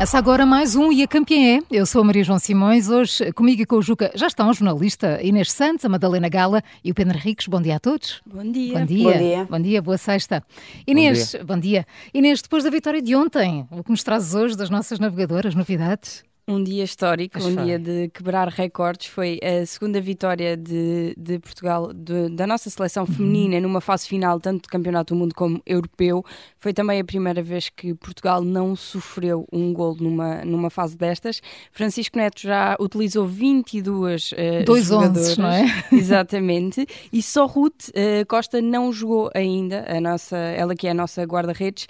Começa agora mais um E a Campeã é. Eu sou a Maria João Simões. Hoje, comigo e com o Juca, já estão a jornalista Inês Santos, a Madalena Gala e o Pedro Henriques. Bom dia a todos. Bom dia. Bom dia. Bom dia. Bom dia, boa sexta. Inês, bom dia. Inês, depois da vitória de ontem, o que nos trazes hoje das nossas navegadoras, novidades? Um dia histórico, dia de quebrar recordes. Foi a segunda vitória de Portugal, da nossa seleção feminina, numa fase final, tanto de Campeonato do Mundo como europeu. Foi também a primeira vez que Portugal não sofreu um golo numa fase destas. Francisco Neto já utilizou 22 jogadoras. 11, não é? Exatamente. E só Ruth Costa não jogou ainda, ela que é a nossa guarda-redes.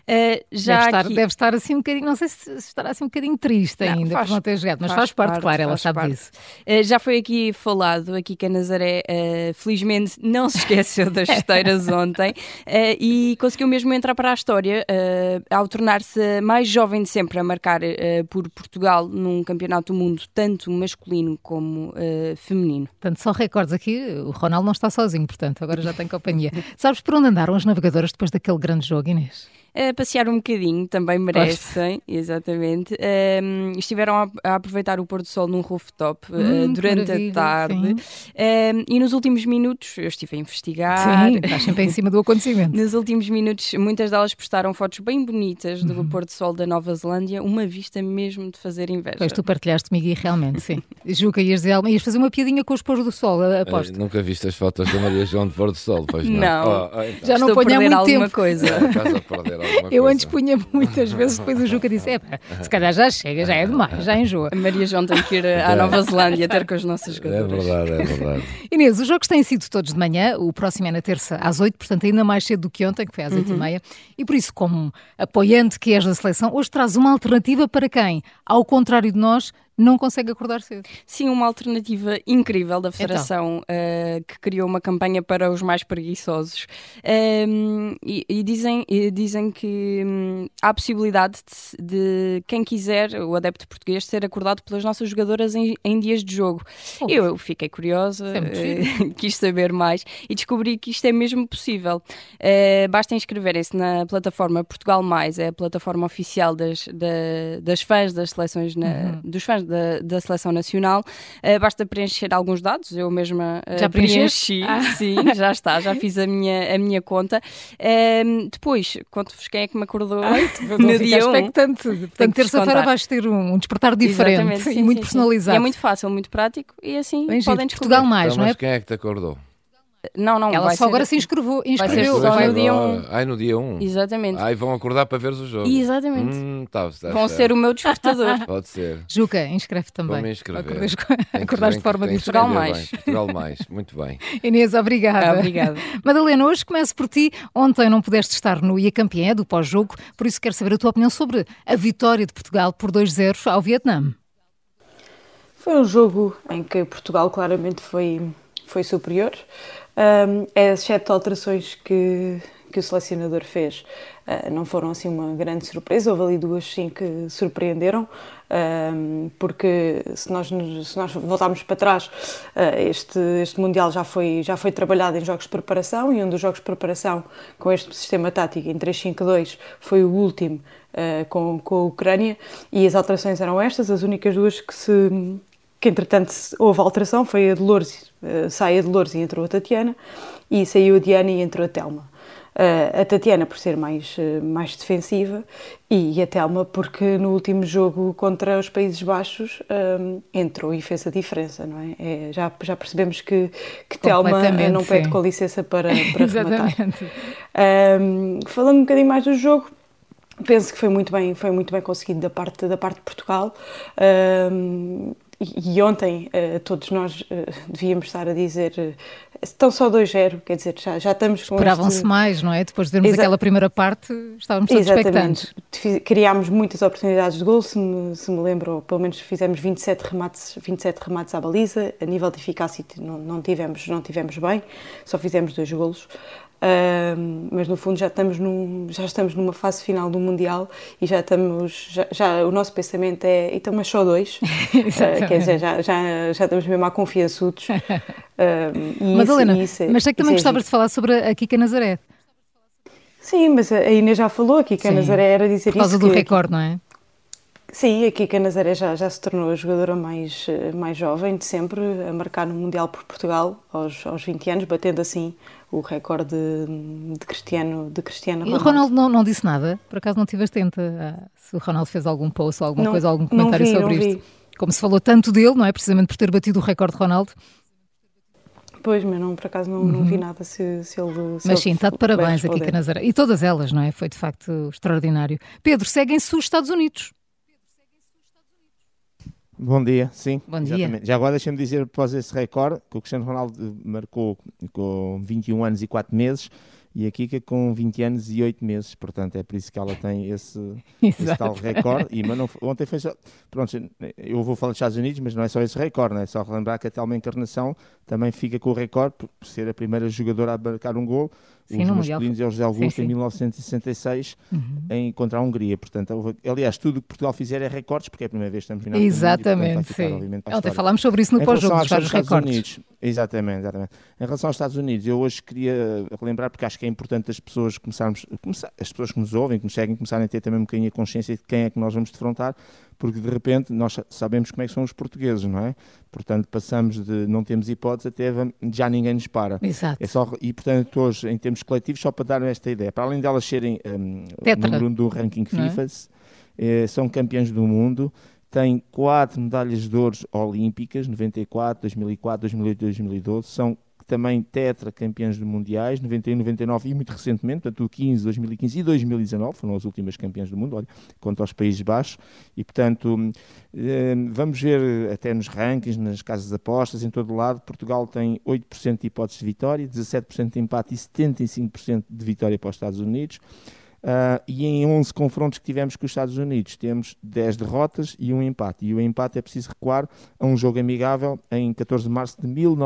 Deve estar assim um bocadinho, não sei se estará assim um bocadinho triste ainda por não ter jogado, mas faz parte, claro, ela sabe disso. Já foi aqui falado, aqui que a Nazaré felizmente não se esqueceu das chuteiras ontem e conseguiu mesmo entrar para a história ao tornar-se a mais jovem de sempre a marcar por Portugal num campeonato do mundo, tanto masculino como feminino. Portanto, só recordes aqui, o Ronaldo não está sozinho, portanto, agora já tem companhia. Sabes por onde andaram as navegadoras depois daquele grande jogo, Inês? Passear um bocadinho, também merecem, exatamente. Estiveram a aproveitar o pôr do sol num rooftop durante a tarde. E nos últimos minutos, eu estive a investigar. Sim, estás sempre em cima do acontecimento. Nos últimos minutos, muitas delas postaram fotos bem bonitas do pôr do sol da Nova Zelândia, uma vista mesmo de fazer inveja. Pois tu partilhaste comigo e realmente, sim. Juca, ias fazer uma piadinha com os pôr do sol, aposto. Nunca viste as fotos da Maria João de pôr do sol, pois não? Não, então. Já não ponho há muito tempo. Coisa. Eu antes punha muitas vezes, depois o Juca disse, se calhar já chega, já é demais, já enjoa. A Maria João tem que ir à Nova Zelândia ter com as nossas jogadoras. É verdade. Inês, os jogos têm sido todos de manhã, o próximo é na terça às 8, portanto ainda mais cedo do que ontem, que foi às 8h30, e por isso, como apoiante que és da seleção, hoje traz uma alternativa para quem, ao contrário de nós, não consegue acordar cedo. Sim, uma alternativa incrível da Federação, que criou uma campanha para os mais preguiçosos. E dizem que há a possibilidade de quem quiser, o adepto português, ser acordado pelas nossas jogadoras em dias de jogo. Eu fiquei curiosa, quis saber mais e descobri que isto é mesmo possível. Basta inscreverem-se na plataforma Portugal Mais, é a plataforma oficial das fãs das seleções, dos fãs da Seleção Nacional. Basta preencher alguns dados, eu mesma já preenchi, sim, já está, já fiz a minha conta. Depois, conto-vos quem é que me acordou no dia 1. Expectante. Portanto, terça-feira vais ter um despertar diferente e muito personalizado. E é muito fácil, muito prático e assim podem descobrir. Portugal Mais, não é? Mas quem é que te acordou? Não, ela só agora se inscreveu. Vai ser só no dia 1. No dia 1. Exatamente. E vão acordar para ver o jogo. Exatamente. Vão ser o meu despertador. Pode ser. Juca, inscreve também. Vou me inscrever. Acordaste de forma diferente. Portugal Mais. Portugal Mais, muito bem. Inês, obrigada. Obrigada. Madalena, hoje começo por ti. Ontem não pudeste estar no E a Campeã do pós-jogo, por isso quero saber a tua opinião sobre a vitória de Portugal por 2-0 ao Vietnã. Foi um jogo em que Portugal claramente foi superior. As 7 alterações que o selecionador fez não foram assim uma grande surpresa, houve ali 2 sim que surpreenderam, porque se nós voltarmos para trás, este Mundial já foi trabalhado em jogos de preparação e um dos jogos de preparação com este sistema tático em 3-5-2 foi o último com a Ucrânia e as alterações eram estas, as únicas 2 que entretanto houve alteração, foi a de Lourdes, sai a de Lourdes e entrou a Tatiana, e saiu a Diana e entrou a Telma. A Tatiana por ser mais defensiva e a Telma porque no último jogo contra os Países Baixos entrou e fez a diferença, não é? Já percebemos que Telma não pede com licença para rematar. Falando um bocadinho mais do jogo, penso que foi muito bem conseguido da parte de Portugal. E ontem todos nós devíamos estar a dizer estão só 2-0, quer dizer, já estamos com Esperavam-se mais, não é? Depois de vermos aquela primeira parte, estávamos todos expectantes. Criámos muitas oportunidades de gol, se me lembro, ou pelo menos fizemos 27 remates à baliza, a nível de eficácia não tivemos bem, só fizemos 2 golos. Mas no fundo já estamos numa fase final do Mundial e já o nosso pensamento é então mas só 2 quer dizer, já estamos mesmo à confiançudos. Madalena, mas sei que também gostavas de falar sobre a Kika Nazaré. Sim, mas a Inês já falou, a Kika Nazaré era dizer isso. Por causa do recorde, não é? Sim, a Kika Nazaré já se tornou a jogadora mais jovem de sempre a marcar no Mundial por Portugal aos 20 anos, batendo assim o recorde de Cristiano Ronaldo. E o Ronaldo não disse nada? Por acaso não estive atenta se o Ronaldo fez algum post ou alguma coisa, algum comentário sobre isto? Como se falou tanto dele, não é? Precisamente por ter batido o recorde de Ronaldo. Pois, mas por acaso não vi nada se ele... Mas sim, está de parabéns a Kika Nazaré. E todas elas, não é? Foi de facto extraordinário. Pedro, seguem-se os Estados Unidos. Bom dia, sim. Bom dia. Exatamente. Já agora deixa-me dizer, após esse recorde, que o Cristiano Ronaldo marcou com 21 anos e 4 meses e a Kika com 20 anos e 8 meses. Portanto, é por isso que ela tem esse tal recorde. Mas ontem foi só... Pronto, eu vou falar dos Estados Unidos, mas não é só esse recorde, não é só relembrar que a Thelma Encarnação também fica com o recorde por ser a primeira jogadora a marcar um gol. Sim, os no masculinos Mundial. é o José Augusto Sim. em 1966 contra a Hungria. Portanto, aliás, tudo o que Portugal fizer é recordes, porque é a primeira vez que estamos no Exatamente, sim. Ontem falámos sobre isso no pós-jogo, dos vários recordes. Exatamente. Em relação aos Estados Unidos, eu hoje queria relembrar, porque acho que é importante as pessoas as pessoas que nos ouvem, que nos seguem, começarem a ter também um bocadinho a consciência de quem é que nós vamos defrontar, porque de repente nós sabemos como é que são os portugueses, não é? Portanto, passamos de não temos hipótese até já ninguém nos para. Exato. E portanto, hoje, em termos coletivos, só para dar esta ideia, para além delas serem número 1 do ranking FIFA, são campeões do mundo, têm 4 medalhas de ouro olímpicas, 94, 2004, 2008 e 2012, são também tetracampeões de mundiais, 91, 99 e muito recentemente, portanto o 15, 2015 e 2019, foram as últimas campeãs do mundo, olha, quanto aos Países Baixos, e portanto vamos ver até nos rankings, nas casas de apostas, em todo o lado, Portugal tem 8% de hipóteses de vitória, 17% de empate e 75% de vitória para os Estados Unidos. E em 11 confrontos que tivemos com os Estados Unidos temos 10 derrotas e um empate, e o empate é preciso recuar a um jogo amigável em 14 de março de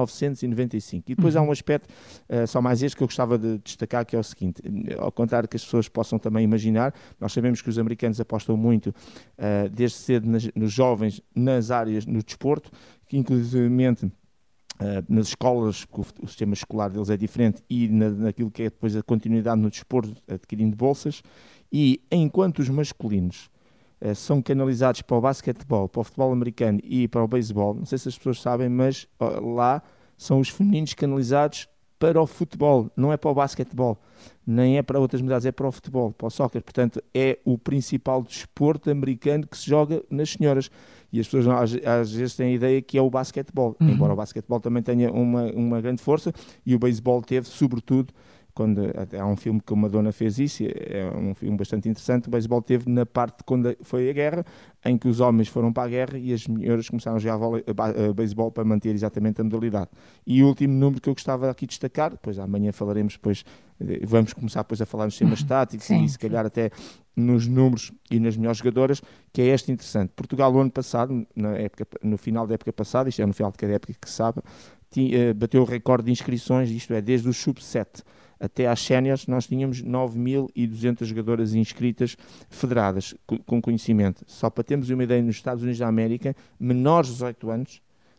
1995. E depois há um aspecto, só mais este, que eu gostava de destacar, que é o seguinte: ao contrário que as pessoas possam também imaginar, nós sabemos que os americanos apostam muito desde cedo nos jovens, nas áreas, no desporto, que inclusivamente nas escolas, o sistema escolar deles é diferente, e naquilo que é depois a continuidade no desporto, adquirindo bolsas, e enquanto os masculinos são canalizados para o basquetebol, para o futebol americano e para o beisebol, não sei se as pessoas sabem, mas lá são os femininos canalizados para o futebol, não é para o basquetebol, nem é para outras modalidades, é para o futebol, para o soccer. Portanto, é o principal desporto americano que se joga nas senhoras. E as pessoas às vezes têm a ideia que é o basquetebol, embora o basquetebol também tenha uma grande força, e o beisebol teve, sobretudo, quando há um filme que a Madonna fez isso, é um filme bastante interessante. O beisebol teve na parte de quando foi a guerra, em que os homens foram para a guerra e as mulheres começaram a jogar beisebol para manter exatamente a modalidade. E o último número que eu gostava aqui de destacar, depois amanhã falaremos, vamos começar depois a falar nos sistemas táticos e se calhar até nos números e nas melhores jogadoras, que é este interessante. Portugal, o ano passado, no final da época passada, isto é no final de cada época que se sabe, bateu o recorde de inscrições, isto é, desde o sub-7 até às séniores, nós tínhamos 9.200 jogadoras inscritas federadas com conhecimento. Só para termos uma ideia, nos Estados Unidos da América, menores de 18 anos,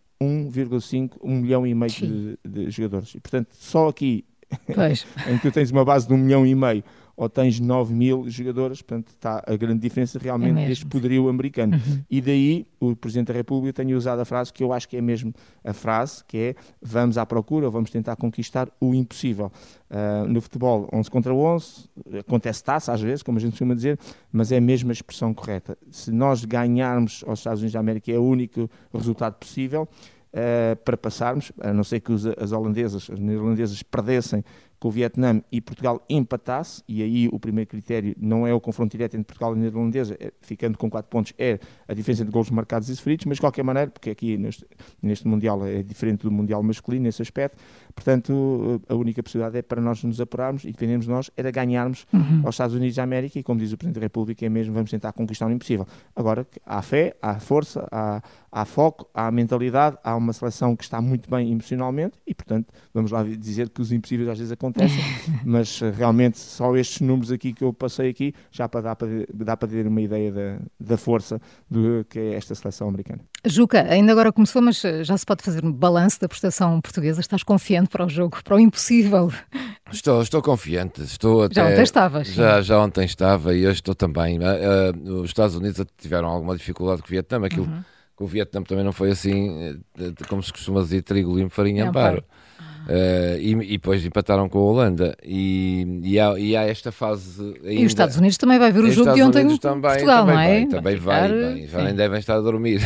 1,5 milhão e meio de jogadores. E, portanto, só aqui, em que tu tens uma base de 1,5 milhão, ou tens 9.000 jogadoras, portanto está a grande diferença realmente deste poderio americano. E daí o Presidente da República tem usado a frase que eu acho que é mesmo a frase, que é: vamos à procura, ou vamos tentar conquistar o impossível. No futebol, 11 contra 11, acontece taça às vezes, como a gente costuma dizer, mas é mesmo a expressão correta. Se nós ganharmos aos Estados Unidos da América, é o único resultado possível para passarmos, a não ser que as holandesas, as neerlandesas perdessem com o Vietnã e Portugal empatasse, e aí o primeiro critério não é o confronto direto entre Portugal e a neerlandesa, ficando com 4 pontos, é a diferença entre golos marcados e sofridos, mas de qualquer maneira, porque aqui neste Mundial é diferente do Mundial masculino nesse aspecto, portanto a única possibilidade é para nós nos apurarmos e defendermos nós, era ganharmos aos Estados Unidos da América, e como diz o Presidente da República, é mesmo, vamos tentar conquistar o impossível. Agora, há fé, há força, há foco, há mentalidade, há uma seleção que está muito bem emocionalmente, e portanto vamos lá dizer que os impossíveis às vezes acontecem, acontecem, mas realmente só estes números aqui que eu passei aqui já dá para ter uma ideia da força do que é esta seleção americana. Juca, ainda agora começou, mas já se pode fazer um balanço da prestação portuguesa? Estás confiante para o jogo, para o impossível? Estou confiante. Já ontem estavas. Já ontem estava e hoje estou também. Os Estados Unidos tiveram alguma dificuldade com o Vietnã, aquilo que o Vietnã também não foi assim, como se costuma dizer, trigo limpo, farinha amparo. E depois empataram com a Holanda e há esta fase ainda... E os Estados Unidos também vai ver o jogo de ontem em Portugal, não é? Também vai bem, já nem devem estar a dormir.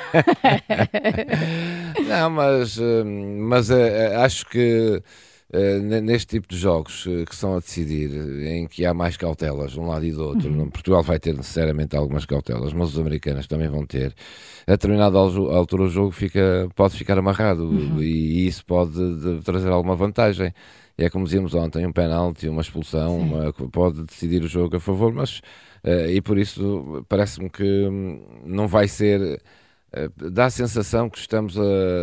Não, mas acho que neste tipo de jogos que são a decidir, em que há mais cautelas de um lado e do outro, Portugal vai ter necessariamente algumas cautelas, mas os americanos também vão ter. A determinada altura o jogo pode ficar amarrado e isso pode trazer alguma vantagem. É como dizíamos ontem, um penalti, uma expulsão, pode decidir o jogo a favor, mas e por isso parece-me que não vai ser... dá a sensação que estamos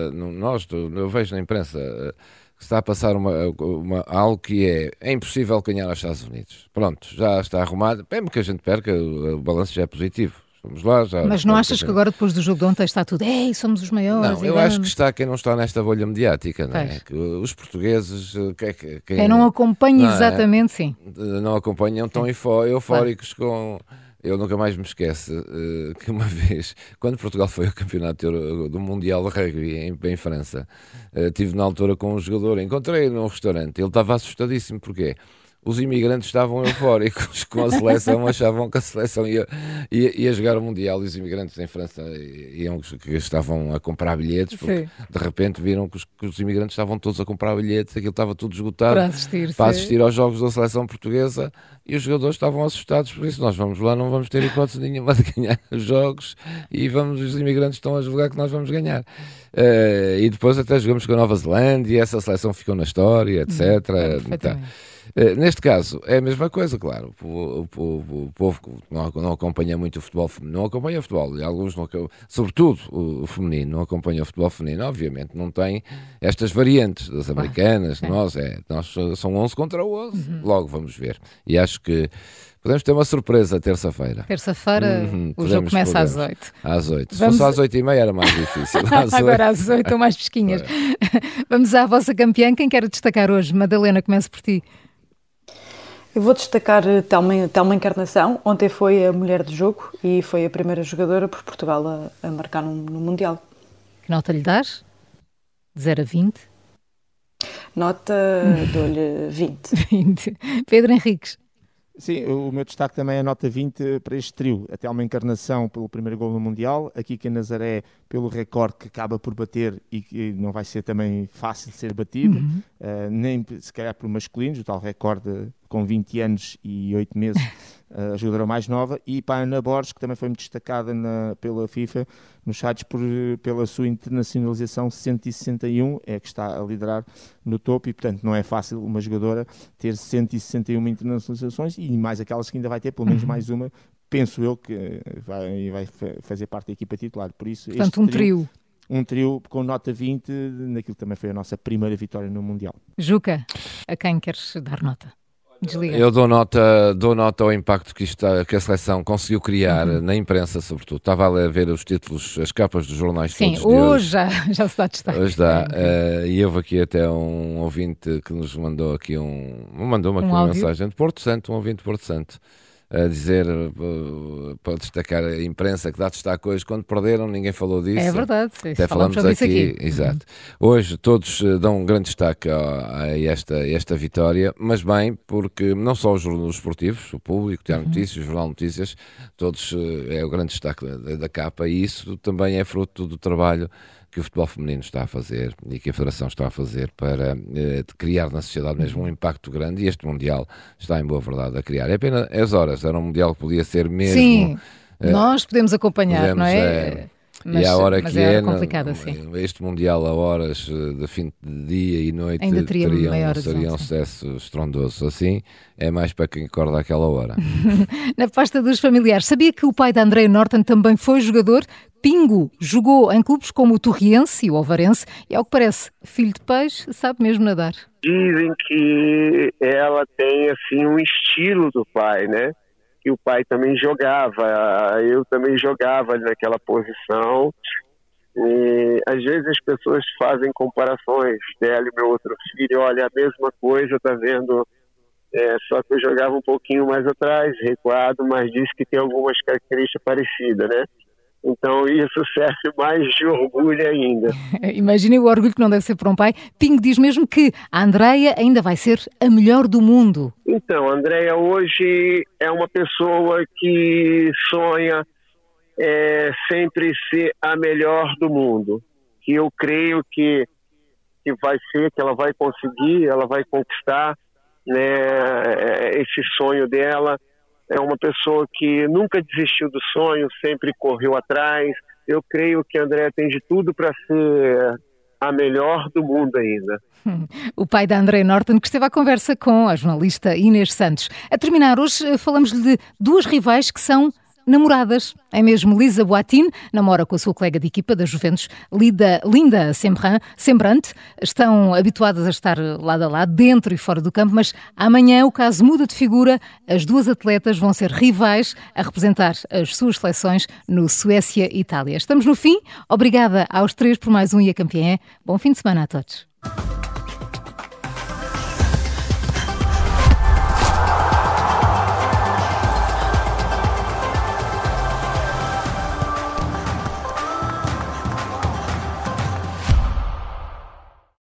eu vejo na imprensa... que está a passar algo que é impossível ganhar aos Estados Unidos. Pronto, já está arrumado. Mesmo que a gente perca, o balanço já é positivo. Vamos lá, já. Mas não achas que agora, depois do jogo de ontem, está tudo, somos os maiores? Não, eu acho que está quem não está nesta bolha mediática, não é? Que os portugueses... Quem não acompanha exatamente, sim. Não acompanham tão eufóricos com... Eu nunca mais me esqueço que uma vez, quando Portugal foi ao campeonato do Mundial de Rugby em França, estive na altura com um jogador, encontrei num restaurante, ele estava assustadíssimo, porquê? Os imigrantes estavam eufóricos com a seleção, achavam que a seleção ia jogar o Mundial e os imigrantes em França que estavam a comprar bilhetes, porque de repente viram que os imigrantes estavam todos a comprar bilhetes, aquilo estava tudo esgotado para assistir aos jogos da seleção portuguesa e os jogadores estavam assustados por isso. Nós vamos lá, não vamos ter hipótese nenhuma de ganhar os jogos e os imigrantes estão a julgar que nós vamos ganhar. E depois até jogamos com a Nova Zelândia e essa seleção ficou na história, etc. Neste caso é a mesma coisa, claro. O povo não acompanha muito o futebol feminino, não acompanha o futebol, e alguns sobretudo o feminino, não acompanha o futebol feminino, obviamente não tem estas variantes das americanas, nós são 11 contra 11, logo vamos ver. E acho que podemos ter uma surpresa terça-feira. Terça-feira o jogo começa às 8. Às 8. Se fosse às 8h30 era mais difícil. Agora às 8 estão mais pesquinhas. Vamos à vossa campeã. Quem quer destacar hoje? Madalena, começo por ti. Eu vou destacar Telma Encarnação. Ontem foi a mulher do jogo e foi a primeira jogadora por Portugal a marcar no Mundial. Que nota lhe dás? De 0 a 20? Nota, dou-lhe 20. 20. Pedro Henriques. Sim, o meu destaque também é nota 20 para este trio. Até uma Encarnação pelo primeiro gol no Mundial, a Kika Nazaré pelo recorde que acaba por bater e que não vai ser também fácil de ser batido, nem se calhar por masculinos, o tal recorde com 20 anos e 8 meses, a jogadora mais nova, e para a Ana Borges, que também foi muito destacada pela FIFA nos sites pela sua internacionalização 161, é que está a liderar no topo e portanto não é fácil uma jogadora ter 161 internacionalizações e mais aquelas que ainda vai ter, pelo menos mais uma, penso eu que vai fazer parte da equipa titular, por isso portanto um trio com nota 20 naquilo que também foi a nossa primeira vitória no Mundial. Juca, a quem queres dar nota? Desliga. Eu dou nota ao impacto que a seleção conseguiu criar na imprensa, sobretudo. Estava a ver os títulos, as capas dos jornais todos de hoje. Já se está a destaque. Hoje dá. E houve aqui até um ouvinte que nos mandou aqui uma mensagem de Porto Santo, um ouvinte de Porto Santo, a dizer, para destacar a imprensa que dá destaque hoje, quando perderam ninguém falou disso. É verdade, até falamos aqui. Exato. Hoje todos dão um grande destaque a esta vitória, mas bem, porque não só os jornais esportivos, o Público, o Diário Notícias, o Jornal Notícias, todos é o grande destaque da capa, e isso também é fruto do trabalho que o futebol feminino está a fazer e que a Federação está a fazer para criar na sociedade mesmo um impacto grande, e este Mundial está em boa verdade a criar. É pena as horas, era um Mundial que podia ser mesmo... Sim, nós podemos acompanhar, não é? E a hora que era complicado, assim. Este Mundial a horas de fim de dia e noite seria um sucesso estrondoso. Assim, é mais para quem acorda àquela hora. Na pasta dos familiares, sabia que o pai da Andrea Norton também foi jogador? Pingo jogou em clubes como o Torriense e o Ovarense e, ao que parece, filho de peixe, sabe mesmo nadar. Dizem que ela tem assim um estilo do pai, né? Que o pai também jogava, eu também jogava naquela posição. E às vezes as pessoas fazem comparações dela e meu outro filho, olha, a mesma coisa, tá vendo? Só que eu jogava um pouquinho mais atrás, recuado, mas diz que tem algumas características parecidas, né? Então isso serve mais de orgulho ainda. Imaginem o orgulho que não deve ser para um pai. Pingo diz mesmo que a Andrea ainda vai ser a melhor do mundo. Então, a Andrea hoje é uma pessoa que sonha sempre ser a melhor do mundo. Que eu creio que vai ser, que ela vai conseguir, ela vai conquistar, né, esse sonho dela. É uma pessoa que nunca desistiu do sonho, sempre correu atrás. Eu creio que a Andrea tem de tudo para ser a melhor do mundo ainda. O pai da Andrea Norton, que esteve à conversa com a jornalista Inês Santos. A terminar, hoje falamos-lhe de duas rivais que são namoradas. É mesmo, Lisa Boattin namora com a sua colega de equipa da Juventus, Linda Sembrante. Estão habituadas a estar lado a lado, dentro e fora do campo, mas amanhã o caso muda de figura. As duas atletas vão ser rivais a representar as suas seleções no Suécia e Itália. Estamos no fim. Obrigada aos três por mais um E a Campeã. Bom fim de semana a todos.